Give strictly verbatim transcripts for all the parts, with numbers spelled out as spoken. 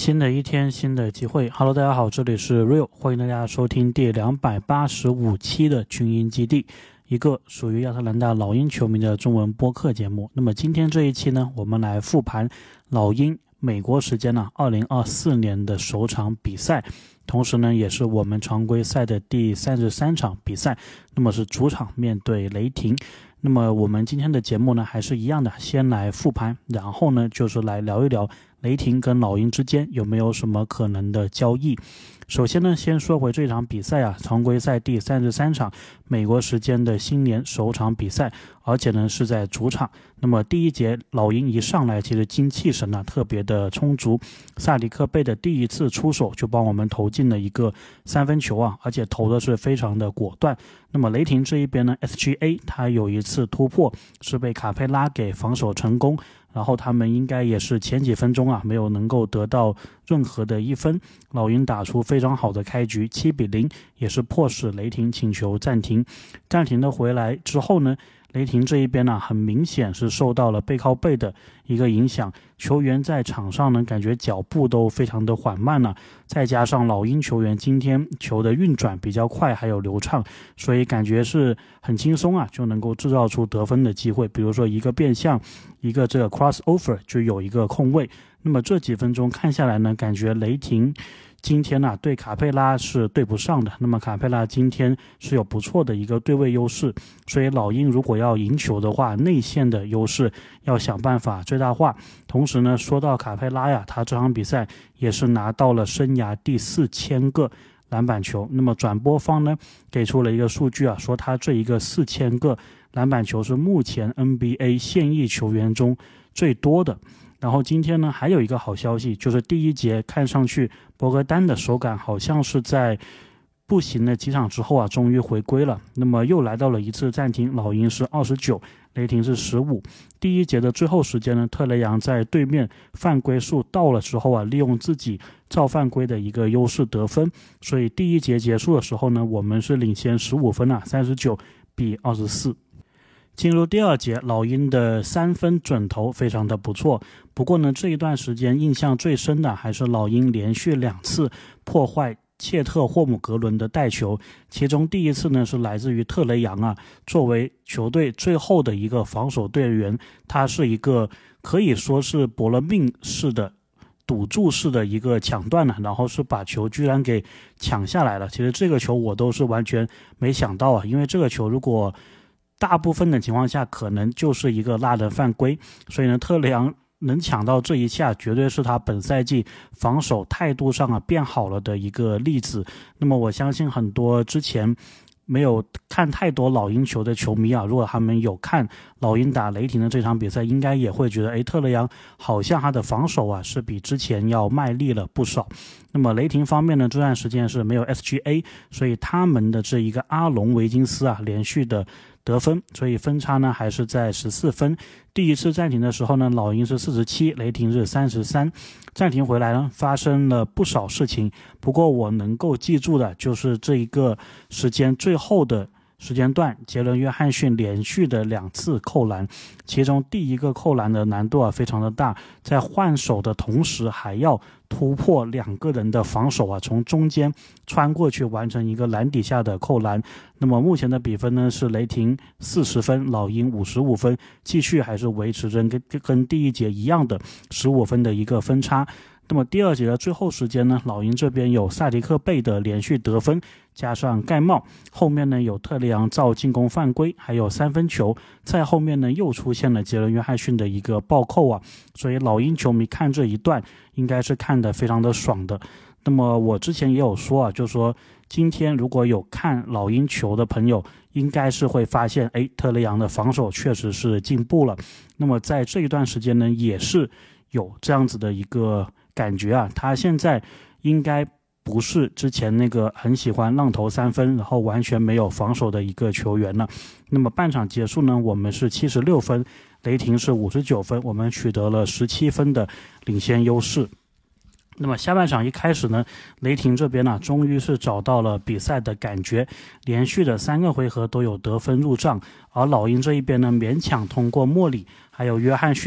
新的一天，新的机会。Hello， 大家好，这里是 Real， 欢迎大家收听第两百八十五期的群英基地，一个属于亚特兰大老鹰球迷的中文播客节目。那么今天这一期呢，我们来复盘老鹰美国时间呢二零二四年的首场比赛，同时呢也是我们常规赛的第三十三场比赛，那么是主场面对雷霆。那么我们今天的节目呢还是一样的，先来复盘，然后呢就是来聊一聊雷霆跟老鹰之间有没有什么可能的交易。首先呢先说回这场比赛啊，常规赛第三十三场美国时间的新年首场比赛，而且呢是在主场。那么第一节老鹰一上来其实精气神啊特别的充足，萨迪克贝的第一次出手就帮我们投进了一个三分球啊，而且投的是非常的果断。那么雷霆这一边呢 S G A 他有一次突破是被卡佩拉给防守成功，然后他们应该也是前几分钟啊没有能够得到任何的一分，老鹰打出非常好的开局，七比零也是迫使雷霆请求暂停。暂停的回来之后呢，雷霆这一边呢、啊、很明显是受到了背靠背的一个影响，球员在场上呢感觉脚步都非常的缓慢了、啊、再加上老鹰球员今天球的运转比较快还有流畅，所以感觉是很轻松啊就能够制造出得分的机会，比如说一个变向，一个这个 crossover 就有一个空位。那么这几分钟看下来呢，感觉雷霆今天呢、啊、对卡佩拉是对不上的，那么卡佩拉今天是有不错的一个对位优势，所以老鹰如果要赢球的话，内线的优势要想办法最大化。同时呢，说到卡佩拉呀，他这场比赛也是拿到了生涯第四千个篮板球，那么转播方呢给出了一个数据啊，说他这一个四千个篮板球是目前 N B A 现役球员中最多的。然后今天呢还有一个好消息，就是第一节看上去博格丹的手感好像是在步行了几场之后啊终于回归了，那么又来到了一次暂停，老鹰是二十九，雷霆是十五。第一节的最后时间呢，特雷杨在对面犯规数到了之后啊，利用自己造犯规的一个优势得分，所以第一节结束的时候呢，我们是领先十五分啊，三十九比二十四。进入第二节，老鹰的三分准投非常的不错，不过呢这一段时间印象最深的还是老鹰连续两次破坏切特霍姆格伦的带球，其中第一次呢是来自于特雷杨啊，作为球队最后的一个防守队员，他是一个可以说是搏了命式的赌注式的一个抢断了，然后是把球居然给抢下来了。其实这个球我都是完全没想到啊，因为这个球如果大部分的情况下可能就是一个拉人犯规，所以呢特雷杨能抢到这一下绝对是他本赛季防守态度上啊变好了的一个例子。那么我相信很多之前没有看太多老鹰球的球迷啊，如果他们有看老鹰打雷霆的这场比赛，应该也会觉得诶特雷杨好像他的防守啊是比之前要卖力了不少。那么雷霆方面呢，这段时间是没有 S G A， 所以他们的这一个阿隆维金斯啊连续的得分，所以分差呢还是在十四分。第一次暂停的时候呢，老鹰是四十七，雷霆是三十三。暂停回来呢发生了不少事情，不过我能够记住的就是这一个时间最后的时间段，杰伦约翰逊连续的两次扣篮，其中第一个扣篮的难度啊非常的大，在换手的同时还要突破两个人的防守啊，从中间穿过去完成一个篮底下的扣篮。那么目前的比分呢是雷霆四十分，老鹰五十五分，继续还是维持着跟跟第一节一样的十五分的一个分差。那么第二节的最后时间呢，老鹰这边有萨迪克贝的连续得分加上盖帽，后面呢有特雷杨造进攻犯规还有三分球，在后面呢又出现了杰伦约翰逊的一个暴扣啊，所以老鹰球迷看这一段应该是看得非常的爽的。那么我之前也有说啊，就说今天如果有看老鹰球的朋友应该是会发现诶特雷杨的防守确实是进步了。那么在这一段时间呢也是有这样子的一个感觉啊，他现在应该不是之前那个很喜欢浪投三分然后完全没有防守的一个球员了。那么半场结束呢，我们是七十六分，雷霆是五十九分，我们取得了十七分的领先优势。那么下半场一开始呢，雷霆这边呢终于是找到了比赛的感觉，连续的三个回合都有得分入账，而老鹰这一边呢勉强通过莫里还有约翰逊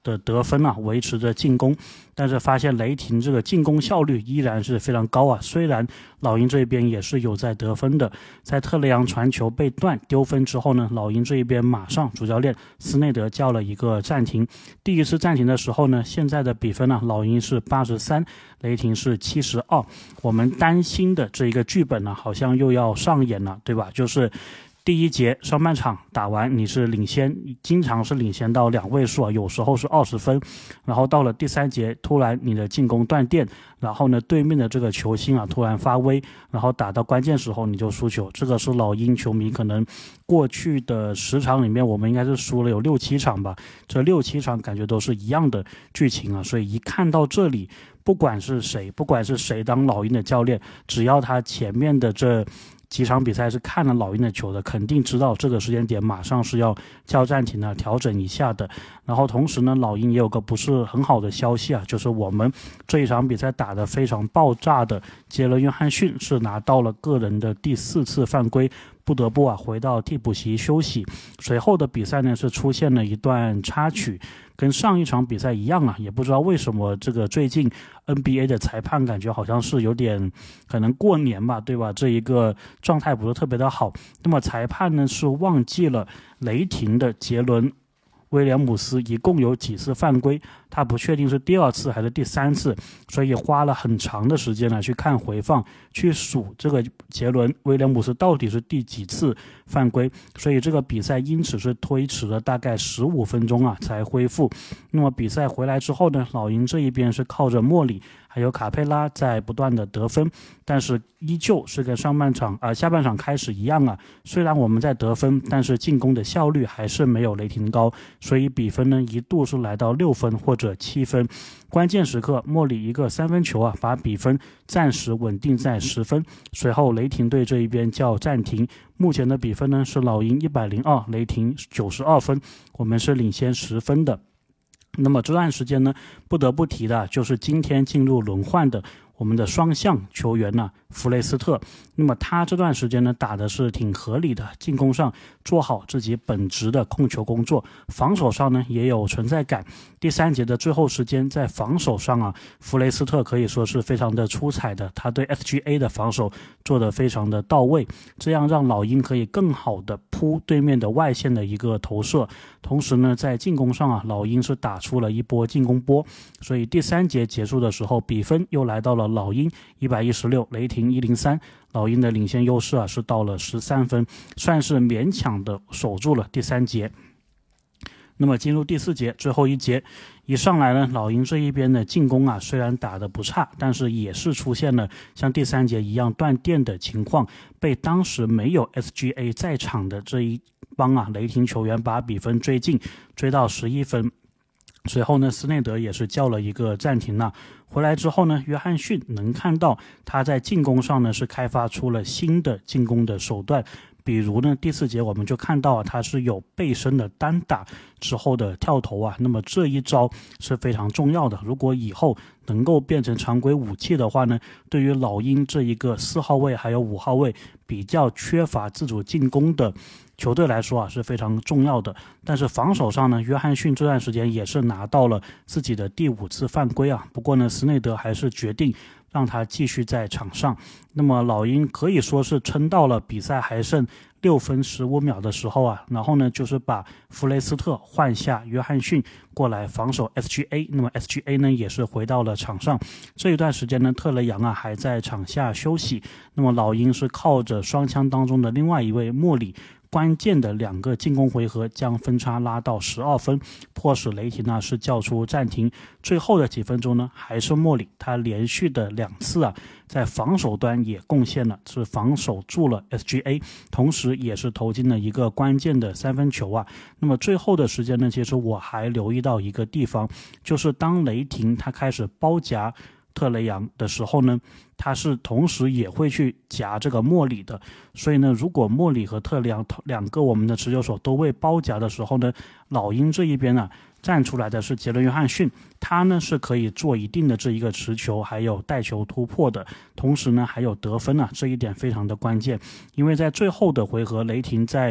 的得分啊，维持着进攻，但是发现雷霆这个进攻效率依然是非常高啊。虽然老鹰这边也是有在得分的，在特雷杨传球被断丢分之后呢，老鹰这一边马上主教练斯内德叫了一个暂停。第一次暂停的时候呢，现在的比分呢，老鹰是八十三，雷霆是七十二。我们担心的这一个剧本呢，好像又要上演了，对吧？就是第一节上半场打完，你是领先，经常是领先到两位数啊，有时候是二十分，然后到了第三节，突然你的进攻断电，然后呢，对面的这个球星啊突然发威，然后打到关键时候你就输球。这个是老鹰球迷可能过去的十场里面，我们应该是输了有六七场吧，这六七场感觉都是一样的剧情啊，所以一看到这里，不管是谁，不管是谁当老鹰的教练，只要他前面的这几场比赛是看了老鹰的球的，肯定知道这个时间点马上是要叫暂停的，调整一下的。然后同时呢，老鹰也有个不是很好的消息啊，就是我们这一场比赛打得非常爆炸的杰伦约翰逊是拿到了个人的第四次犯规，不得不啊回到替补席休息。随后的比赛呢是出现了一段插曲，跟上一场比赛一样啊，也不知道为什么这个最近 N B A 的裁判感觉好像是有点可能过年吧，对吧？这一个状态不是特别的好。那么裁判呢是忘记了雷霆的杰伦威廉姆斯一共有几次犯规，他不确定是第二次还是第三次，所以花了很长的时间呢去看回放，去数这个杰伦威廉姆斯到底是第几次犯规，所以这个比赛因此是推迟了大概十五分钟啊才恢复。那么比赛回来之后呢，老鹰这一边是靠着莫里还有卡佩拉在不断的得分，但是依旧是跟上半场啊、呃、下半场开始一样啊，虽然我们在得分，但是进攻的效率还是没有雷霆高，所以比分呢一度是来到六分或者七分。关键时刻莫里一个三分球啊，把比分暂时稳定在十分。随后雷霆队这一边叫暂停，目前的比分呢是老鹰一百零二，雷霆九十二分，我们是领先十分的。那么这段时间呢，不得不提的就是今天进入轮换的我们的双向球员呢、啊，弗雷斯特。那么他这段时间呢打的是挺合理的，进攻上做好自己本职的控球工作，防守上呢也有存在感。第三节的最后时间，在防守上啊，弗雷斯特可以说是非常的出彩的，他对 S G A 的防守做得非常的到位，这样让老鹰可以更好的扑对面的外线的一个投射。同时呢，在进攻上啊，老鹰是打出了一波进攻波，所以第三节结束的时候，比分又来到了老鹰一百一十六，雷霆一零三，老鹰的领先优势啊是到了十三分，算是勉强的守住了第三节。那么进入第四节最后一节，一上来呢，老鹰这一边的进攻啊虽然打得不差，但是也是出现了像第三节一样断电的情况，被当时没有 S G A 在场的这一帮啊雷霆球员把比分追进，追到十一分。随后呢，斯内德也是叫了一个暂停了。回来之后呢，约翰逊能看到他在进攻上呢是开发出了新的进攻的手段，比如呢第四节我们就看到啊，他是有背身的单打之后的跳投啊，那么这一招是非常重要的。如果以后能够变成常规武器的话呢，对于老鹰这一个四号位还有五号位比较缺乏自主进攻的球队来说啊是非常重要的。但是防守上呢，约翰逊这段时间也是拿到了自己的第五次犯规啊，不过呢斯内德还是决定让他继续在场上。那么老鹰可以说是撑到了比赛还剩六分十五秒的时候啊，然后呢就是把弗雷斯特换下约翰逊过来防守 S G A， 那么 S G A 呢也是回到了场上。这一段时间呢，特雷杨啊还在场下休息，那么老鹰是靠着双枪当中的另外一位莫里关键的两个进攻回合将分差拉到十二分，迫使雷霆呢是叫出暂停。最后的几分钟呢，还是莫里他连续的两次啊在防守端也贡献了，是防守住了 S G A， 同时也是投进了一个关键的三分球啊。那么最后的时间呢，其实我还留意到一个地方，就是当雷霆他开始包夹特雷杨的时候呢，他是同时也会去夹这个莫里的。所以呢，如果莫里和特雷杨两个我们的持球手都被包夹的时候呢，老鹰这一边啊站出来的是杰伦约翰逊，他呢是可以做一定的这一个持球还有带球突破的，同时呢还有得分啊，这一点非常的关键。因为在最后的回合，雷霆在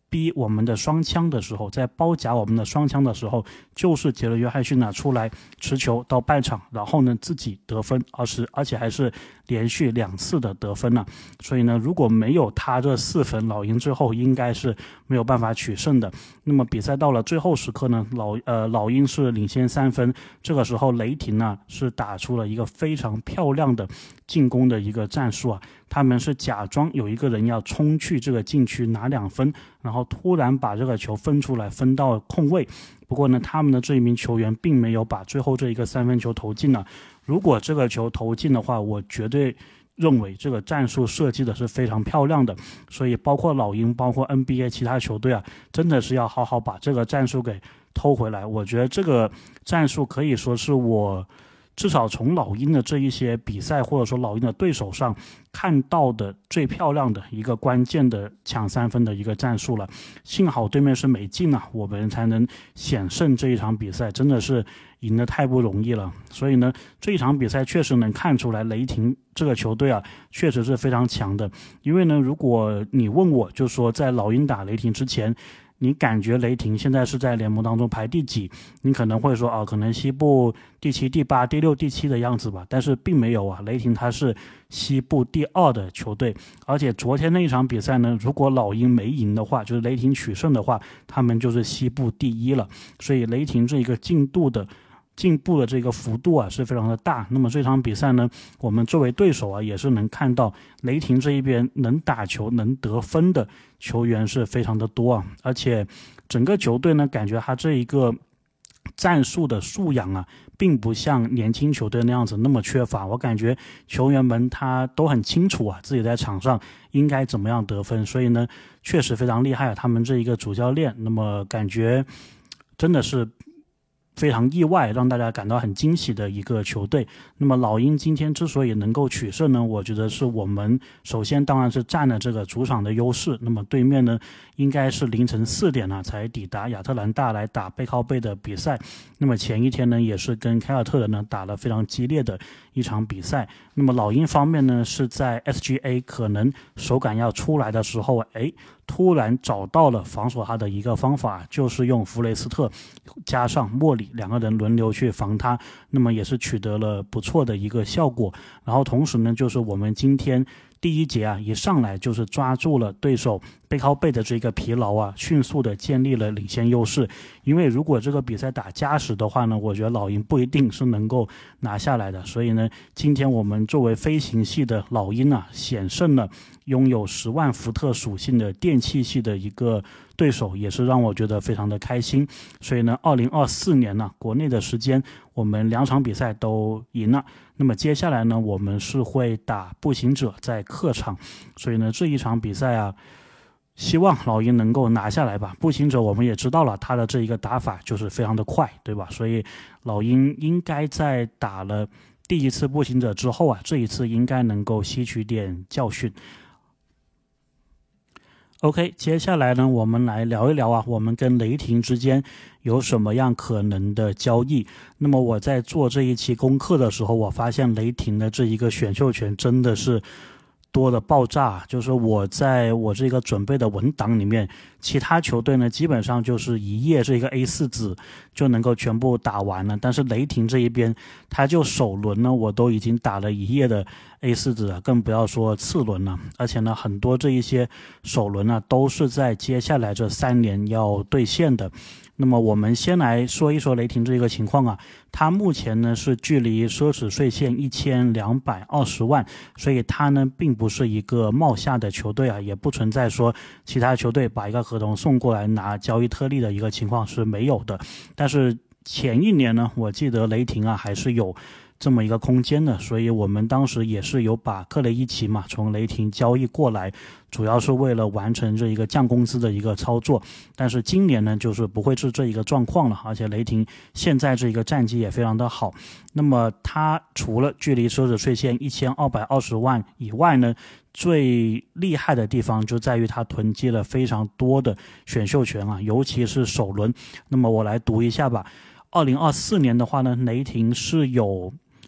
逼我们的双枪的时候，在包夹我们的双枪的时候，就是杰伦约翰逊呢出来持球到半场，然后呢自己得分，而是而且还是连续两次的得分呢。所以呢，如果没有他这四分，老鹰最后应该是没有办法取胜的。那么比赛到了最后时刻呢，老呃老鹰是领先三分，这个时候雷霆呢是打出了一个非常漂亮的进攻的一个战术啊，他们是假装有一个人要冲去这个禁区拿两分，然后突然把这个球分出来，分到空位。不过呢，他们的这一名球员并没有把最后这一个三分球投进了。如果这个球投进的话，我绝对认为这个战术设计的是非常漂亮的。所以包括老鹰，包括 N B A 其他球队啊，真的是要好好把这个战术给偷回来。我觉得这个战术可以说是我至少从老鹰的这一些比赛，或者说老鹰的对手上看到的最漂亮的一个关键的抢三分的一个战术了。幸好对面是美进啊，我们才能险胜这一场比赛，真的是赢得太不容易了。所以呢，这一场比赛确实能看出来雷霆这个球队啊，确实是非常强的。因为呢，如果你问我，就说在老鹰打雷霆之前，你感觉雷霆现在是在联盟当中排第几？你可能会说啊，可能西部第七、第八、第六、第七的样子吧。但是并没有啊，雷霆他是西部第二的球队，而且昨天那一场比赛呢，如果老鹰没赢的话，就是雷霆取胜的话，他们就是西部第一了。所以雷霆这一个进度的。进步的这个幅度啊是非常的大。那么这场比赛呢，我们作为对手啊，也是能看到雷霆这一边能打球能得分的球员是非常的多啊，而且整个球队呢，感觉他这一个战术的素养啊，并不像年轻球队那样子那么缺乏。我感觉球员们他都很清楚啊，自己在场上应该怎么样得分，所以呢，确实非常厉害啊，他们这一个主教练。那么感觉真的是非常意外，让大家感到很惊喜的一个球队。那么老鹰今天之所以能够取胜呢，我觉得是我们首先当然是占了这个主场的优势。那么对面呢，应该是凌晨四点呢才抵达亚特兰大来打背靠背的比赛。那么前一天呢，也是跟凯尔特人呢打了非常激烈的一场比赛。那么老鹰方面呢，是在 S G A 可能手感要出来的时候，哎，突然找到了防守他的一个方法，就是用弗雷斯特加上莫里两个人轮流去防他，那么也是取得了不错的一个效果。然后同时呢，就是我们今天第一节啊，一上来就是抓住了对手背靠背的这个疲劳啊，迅速的建立了领先优势。因为如果这个比赛打加时的话呢，我觉得老鹰不一定是能够拿下来的。所以呢，今天我们作为飞行系的老鹰啊，险胜了拥有十万伏特属性的电气系的一个对手，也是让我觉得非常的开心。所以呢，二零二四年呢、啊，国内的时间我们两场比赛都赢了。那么接下来呢，我们是会打步行者在客场，所以呢，这一场比赛啊，希望老鹰能够拿下来吧。步行者我们也知道了，他的这一个打法就是非常的快，对吧？所以老鹰应该在打了第一次步行者之后啊，这一次应该能够吸取点教训。OK， 接下来呢，我们来聊一聊啊，我们跟雷霆之间有什么样可能的交易。那么我在做这一期功课的时候，我发现雷霆的这一个选秀权真的是多的爆炸。就是我在我这个准备的文档里面，其他球队呢基本上就是一页这个 A 四 纸就能够全部打完了，但是雷霆这一边他就首轮呢我都已经打了一页的 A 四 纸了，更不要说次轮了。而且呢，很多这一些首轮呢都是在接下来这三年要兑现的。那么我们先来说一说雷霆这个情况啊，它目前呢是距离奢侈税线一千两百二十万，所以它呢并不是一个冒下的球队啊，也不存在说其他球队把一个合同送过来拿交易特例的一个情况是没有的。但是前一年呢，我记得雷霆啊还是有这么一个空间的，所以我们当时也是有把克雷伊奇嘛从雷霆交易过来，主要是为了完成这一个降工资的一个操作。但是今年呢，就是不会是这一个状况了，而且雷霆现在这一个战绩也非常的好。那么他除了距离奢侈税线一千二百二十万以外呢，最厉害的地方就在于他囤积了非常多的选秀权啊，尤其是首轮。那么我来读一下吧。二零二四年的话呢，雷霆是有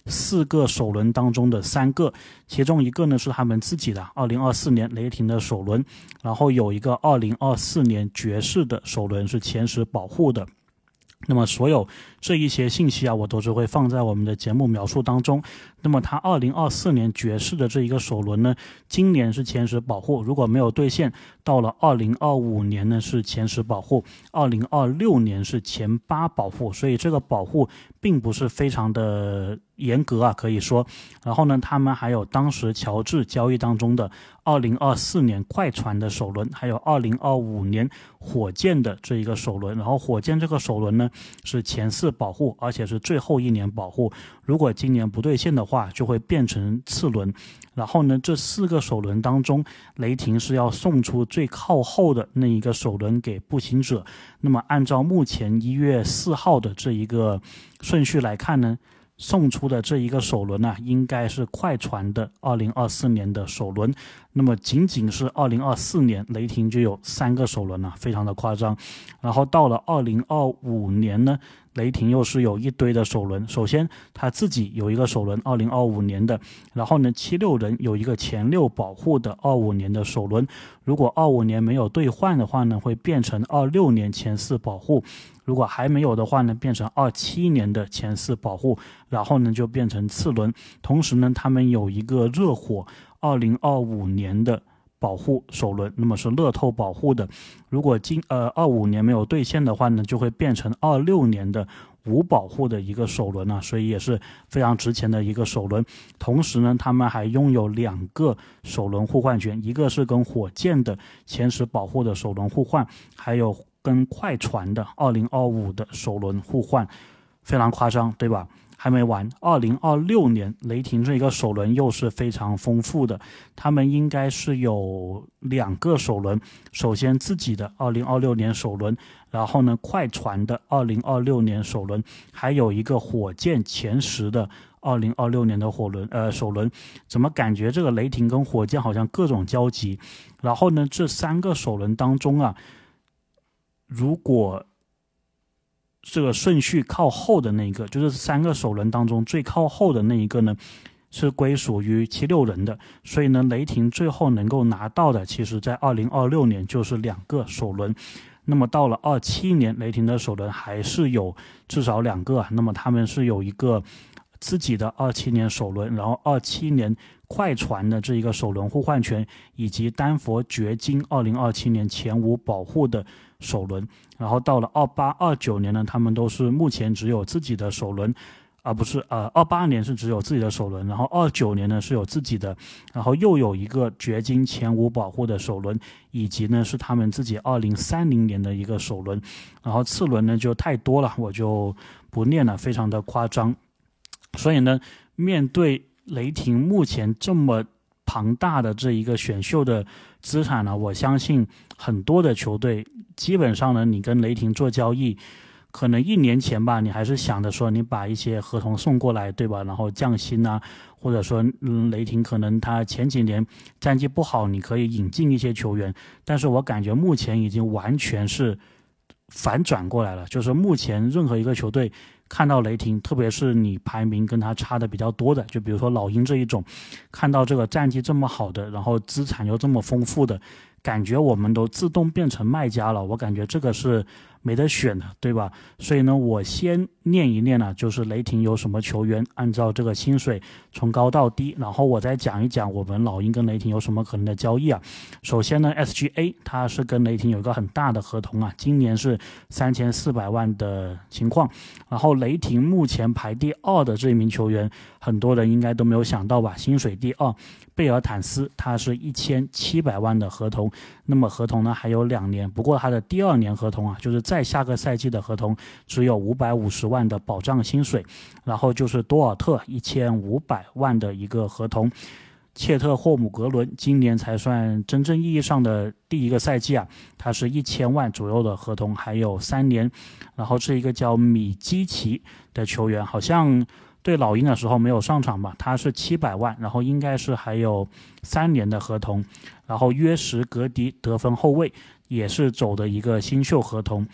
四个首轮当中的三个，其中一个呢是他们自己的二零二四年雷霆的首轮，然后有一个二零二四年爵士的首轮是前十保护的。那么所有这一些信息啊，我都是会放在我们的节目描述当中。那么他二零二四年爵士的这一个首轮呢，今年是前十保护，如果没有兑现，到了二零二五年呢是前十保护，二零二六年是前八保护，所以这个保护并不是非常的严格啊，可以说。然后呢，他们还有当时乔治交易当中的二零二四年快船的首轮，还有二零二五年火箭的这一个首轮。然后火箭这个首轮呢是前四保护，而且是最后一年保护，如果今年不兑现的话就会变成次轮。然后呢，这四个首轮当中，雷霆是要送出最靠后的那一个首轮给步行者。那么按照目前一月四号的这一个顺序来看呢，送出的这一个首轮啊，应该是快船的二零二四年的首轮。那么仅仅是二零二四年雷霆就有三个首轮了，非常的夸张。然后到了二零二五年呢，雷霆又是有一堆的首轮。首先他自己有一个首轮二零二五年的，然后呢七六人有一个前六保护的二五年的首轮，如果二五年没有兑换的话呢，会变成二六年前四保护，如果还没有的话呢，变成二七年的前四保护，然后呢就变成次轮。同时呢，他们有一个热火二零二五年的保护首轮，那么是乐透保护的，如果今呃二五年没有兑现的话呢，就会变成二六年的无保护的一个首轮啊，所以也是非常值钱的一个首轮。同时呢，他们还拥有两个首轮互换权，一个是跟火箭的前十保护的首轮互换，还有跟快船的二零二五的首轮互换，非常夸张，对吧？还没完，二零二六年雷霆这个首轮又是非常丰富的，他们应该是有两个首轮，首先自己的二零二六年首轮，然后呢快船的二零二六年首轮，还有一个火箭前十的二零二六年的火轮呃首轮。怎么感觉这个雷霆跟火箭好像各种交集？然后呢，这三个首轮当中啊，如果这个顺序靠后的那一个，就是三个首轮当中最靠后的那一个呢，是归属于七六人的，所以呢，雷霆最后能够拿到的，其实在二零二六年就是两个首轮。那么到了二七年，雷霆的首轮还是有至少两个，那么他们是有一个自己的二七年首轮，然后二七年快船的这一个首轮互换权，以及丹佛掘金二零二七年前五保护的首轮。然后到了二八二九年呢，他们都是目前只有自己的首轮，而、啊、不是呃二八年是只有自己的首轮，然后二九年呢是有自己的，然后又有一个掘金前五保护的首轮，以及呢是他们自己二零三零年的一个首轮。然后次轮呢就太多了，我就不念了，非常的夸张。所以呢，面对雷霆目前这么庞大的这一个选秀的资产呢，我相信很多的球队基本上呢，你跟雷霆做交易，可能一年前吧，你还是想着说你把一些合同送过来，对吧？然后降薪啊，或者说嗯，雷霆可能他前几年战绩不好，你可以引进一些球员。但是我感觉目前已经完全是反转过来了，就是目前任何一个球队看到雷霆，特别是你排名跟他差的比较多的，就比如说老鹰这一种，看到这个战绩这么好的，然后资产又这么丰富的，感觉我们都自动变成卖家了，我感觉这个是没得选的，对吧？所以呢，我先念一念呢、啊，就是雷霆有什么球员，按照这个薪水从高到低，然后我再讲一讲我们老鹰跟雷霆有什么可能的交易啊。首先呢 ，S G A 它是跟雷霆有一个很大的合同啊，今年是三千四百万的情况。然后雷霆目前排第二的这一名球员，很多人应该都没有想到吧？薪水第二，贝尔坦斯，他是一千七百万的合同，那么合同呢还有两年，不过他的第二年合同啊，就是在下个赛季的合同只有五百五十万的保障薪水。然后就是多尔特一千五百万的一个合同，切特霍姆格伦今年才算真正意义上的第一个赛季啊，他是一千万左右的合同，还有三年。然后是一个叫米基奇的球员，好像对老鹰的时候没有上场吧，他是七百万，然后应该是还有三年的合同。然后约什格迪得分后卫也是走的一个新秀合同。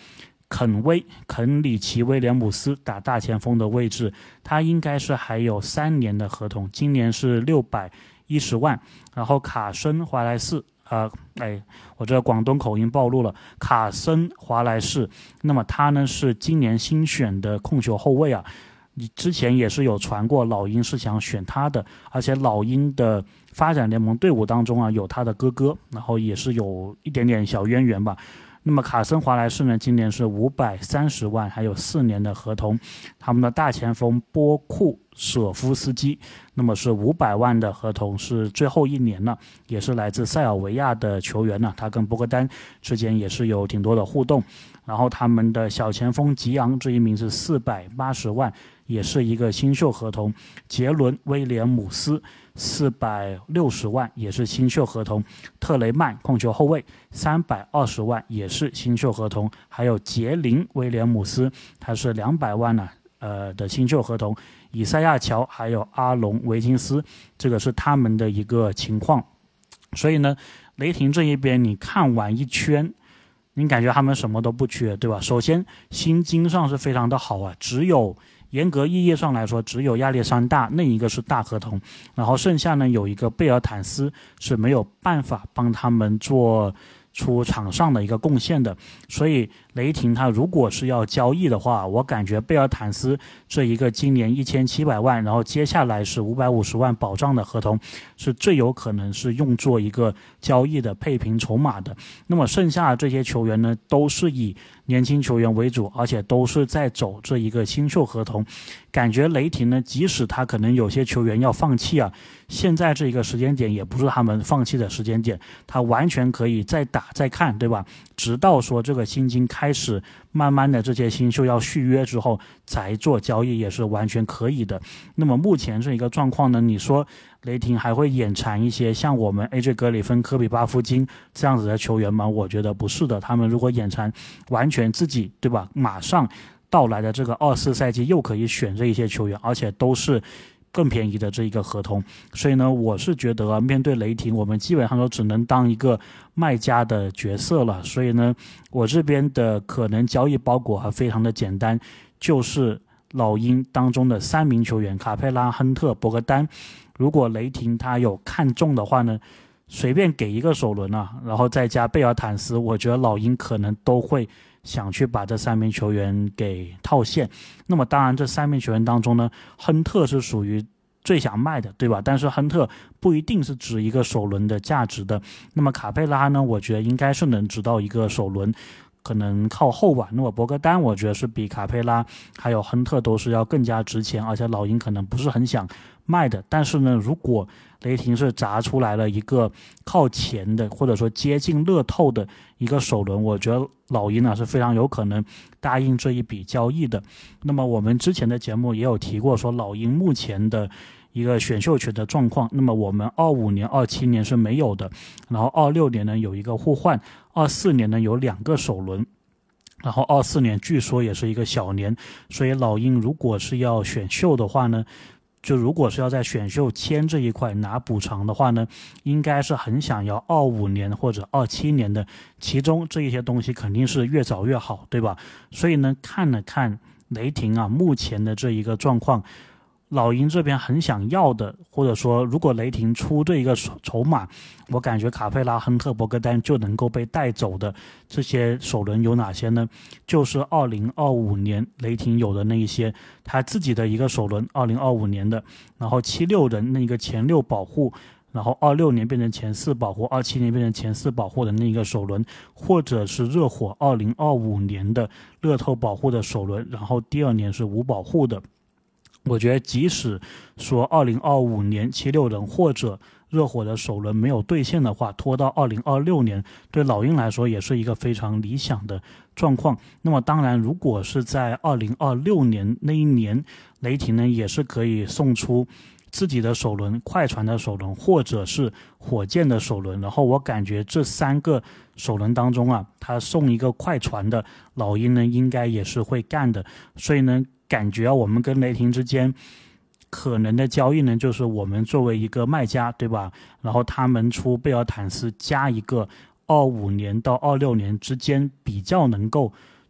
肯威肯里奇威廉姆斯打大前锋的位置，他应该是还有三年的合同，今年是六百一十万。然后卡森华莱士，呃，哎，我这个广东口音暴露了，卡森华莱士，那么他呢是今年新选的控球后卫啊。你之前也是有传过老鹰是想选他的，而且老鹰的发展联盟队伍当中啊有他的哥哥，然后也是有一点点小渊源吧。那么卡森华莱士呢，今年是五百三十万，还有四年的合同。他们的大前锋波库舍夫斯基，那么是五百万的合同，是最后一年了，也是来自塞尔维亚的球员呢，他跟博格丹之间也是有挺多的互动。然后他们的小前锋吉昂这一名是四百八十万，也是一个新秀合同。杰伦威廉姆斯四百六十万，也是新秀合同。特雷曼控球后卫三百二十万，也是新秀合同。还有杰林威廉姆斯，他是两百万呢、啊，呃的新秀合同。以赛亚乔还有阿隆维金斯，这个是他们的一个情况。所以呢，雷霆这一边你看完一圈，你感觉他们什么都不缺，对吧？首先薪金上是非常的好啊，只有严格意义上来说，只有亚历山大那一个是大合同，然后剩下呢有一个贝尔坦斯是没有办法帮他们做出场上的一个贡献的，所以雷霆他如果是要交易的话，我感觉贝尔坦斯这一个今年一千七百万，然后接下来是五百五十万保障的合同，是最有可能是用作一个交易的配平筹码的。那么剩下的这些球员呢，都是以年轻球员为主，而且都是在走这一个新秀合同。感觉雷霆呢，即使他可能有些球员要放弃啊，现在这一个时间点也不是他们放弃的时间点，他完全可以再打再看，对吧？直到说这个薪金开始慢慢的这些新秀要续约之后才做交易，也是完全可以的。那么目前这一个状况呢，你说雷霆还会眼馋一些像我们 A J 格里芬、科比巴夫金这样子的球员吗？我觉得不是的，他们如果眼馋，完全自己，对吧？马上到来的这个二四赛季又可以选这一些球员，而且都是更便宜的这一个合同。所以呢，我是觉得面对雷霆，我们基本上都只能当一个卖家的角色了。所以呢，我这边的可能交易包裹还非常的简单，就是老鹰当中的三名球员卡佩拉、亨特、博格丹。如果雷霆他有看中的话呢，随便给一个首轮啊，然后再加贝尔坦斯，我觉得老鹰可能都会想去把这三名球员给套现。那么当然这三名球员当中呢，亨特是属于最想卖的，对吧？但是亨特不一定是值一个首轮的价值的。那么卡佩拉呢，我觉得应该是能值到一个首轮，可能靠后吧。那么博格丹我觉得是比卡佩拉还有亨特都是要更加值钱，而且老鹰可能不是很想卖的。但是呢，如果雷霆是砸出来了一个靠前的，或者说接近乐透的一个首轮，我觉得老鹰呢是非常有可能答应这一笔交易的。那么我们之前的节目也有提过，说老鹰目前的一个选秀权的状况，那么我们二五年、二七年是没有的，然后二六年呢有一个互换，二四年呢有两个首轮，然后二四年据说也是一个小年，所以老鹰如果是要选秀的话呢，就如果是要在选秀签这一块拿补偿的话呢，应该是很想要二五年或者二七年的，其中这一些东西肯定是越早越好，对吧？所以呢，看了看雷霆啊目前的这一个状况，老鹰这边很想要的，或者说如果雷霆出这一个筹码，我感觉卡佩拉、亨特、博格丹就能够被带走的这些首轮有哪些呢？就是二零二五年雷霆有的那一些他自己的一个首轮，二零二五年的，然后七六人那个前六保护，然后二六年变成前四保护，二七年变成前四保护的那一个首轮，或者是热火二零二五年的乐透保护的首轮，然后第二年是无保护的。我觉得即使说二零二五年七六人或者热火的首轮没有兑现的话，拖到二零二六年，对老鹰来说也是一个非常理想的状况。那么当然，如果是在二零二六年那一年，雷霆呢也是可以送出自己的首轮、快船的首轮，或者是火箭的首轮。然后我感觉这三个首轮当中啊，他送一个快船的，老鹰呢应该也是会干的。所以呢，感觉我们跟雷霆之间可能的交易呢，就是我们作为一个卖家，对吧？然后他们出贝尔坦斯加一个二五年到二六年之间比较能够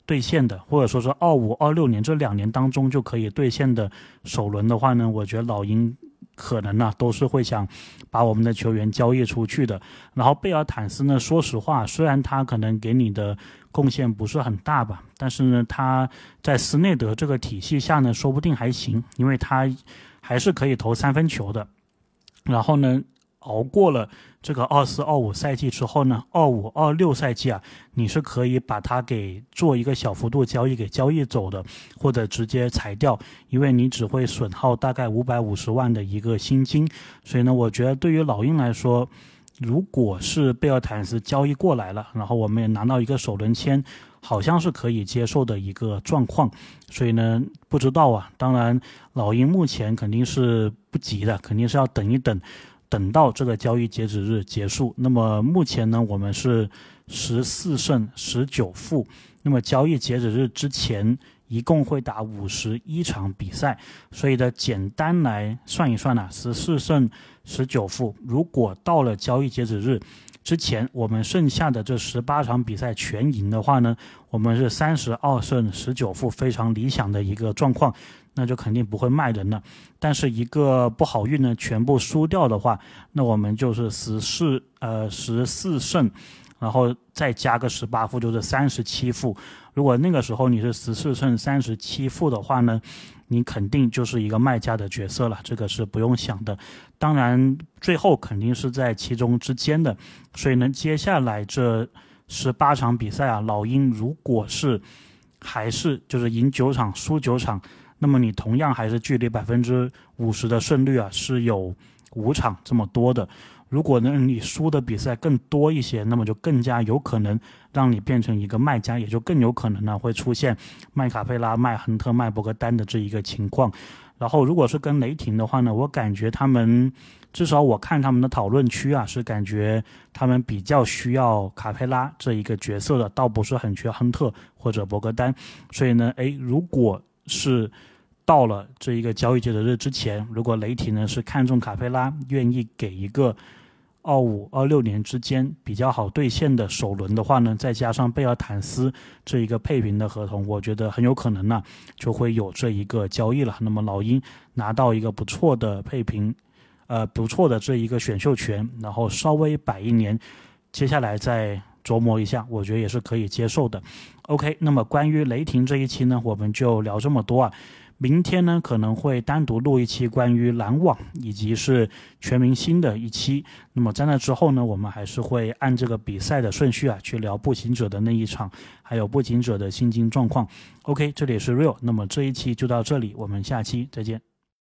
兑现的，或者说是二五、二六年这两年当中就可以兑现的首轮的话呢，我觉得老鹰可能呢都是会想把我们的球员交易出去的。然后贝尔坦斯呢，说实话，虽然他可能给你的贡献不是很大吧，但是呢他在斯内德这个体系下呢，说不定还行，因为他还是可以投三分球的。然后呢，熬过了这个二四二五赛季之后呢，二五二六赛季啊，你是可以把它给做一个小幅度交易给交易走的，或者直接裁掉，因为你只会损耗大概五百五十万的一个薪金。所以呢，我觉得对于老鹰来说，如果是贝尔坦斯交易过来了，然后我们也拿到一个首轮签，好像是可以接受的一个状况。所以呢，不知道啊，当然老鹰目前肯定是不急的，肯定是要等一等，等到这个交易截止日结束。那么目前呢，我们是十四胜十九负，那么交易截止日之前一共会打五十一场比赛，所以呢，简单来算一算啊，十四胜十九负，如果到了交易截止日之前，我们剩下的这十八场比赛全赢的话呢，我们是三十二胜十九负，非常理想的一个状况，那就肯定不会卖人了。但是一个不好运呢，全部输掉的话，那我们就是十四呃十四胜，然后再加个十八负，就是三十七负。如果那个时候你是十四胜三十七负的话呢，你肯定就是一个卖家的角色了，这个是不用想的。当然最后肯定是在其中之间的，所以呢，接下来这十八场比赛啊，老鹰如果是还是就是赢九场输九场，那么你同样还是距离百分之五十的胜率啊是有五场这么多的。如果呢你输的比赛更多一些，那么就更加有可能让你变成一个卖家，也就更有可能呢会出现卖卡佩拉、卖亨特、卖博格丹的这一个情况。然后如果是跟雷霆的话呢，我感觉他们至少我看他们的讨论区啊，是感觉他们比较需要卡佩拉这一个角色的，倒不是很缺亨特或者博格丹。所以呢，诶，如果是到了这一个交易截止日之前，如果雷霆呢是看中卡佩拉，愿意给一个二五二六年之间比较好兑现的首轮的话呢，再加上贝尔坦斯这一个配平的合同，我觉得很有可能呢就会有这一个交易了。那么老鹰拿到一个不错的配平，呃不错的这一个选秀权，然后稍微摆一年，接下来再琢磨一下，我觉得也是可以接受的。OK， 那么关于雷霆这一期呢，我们就聊这么多啊。明天呢可能会单独录一期关于篮网以及是全明星的一期，那么在那之后呢，我们还是会按这个比赛的顺序啊去聊步行者的那一场，还有步行者的薪金状况。OK， 这里是 Real， 那么这一期就到这里，我们下期再见。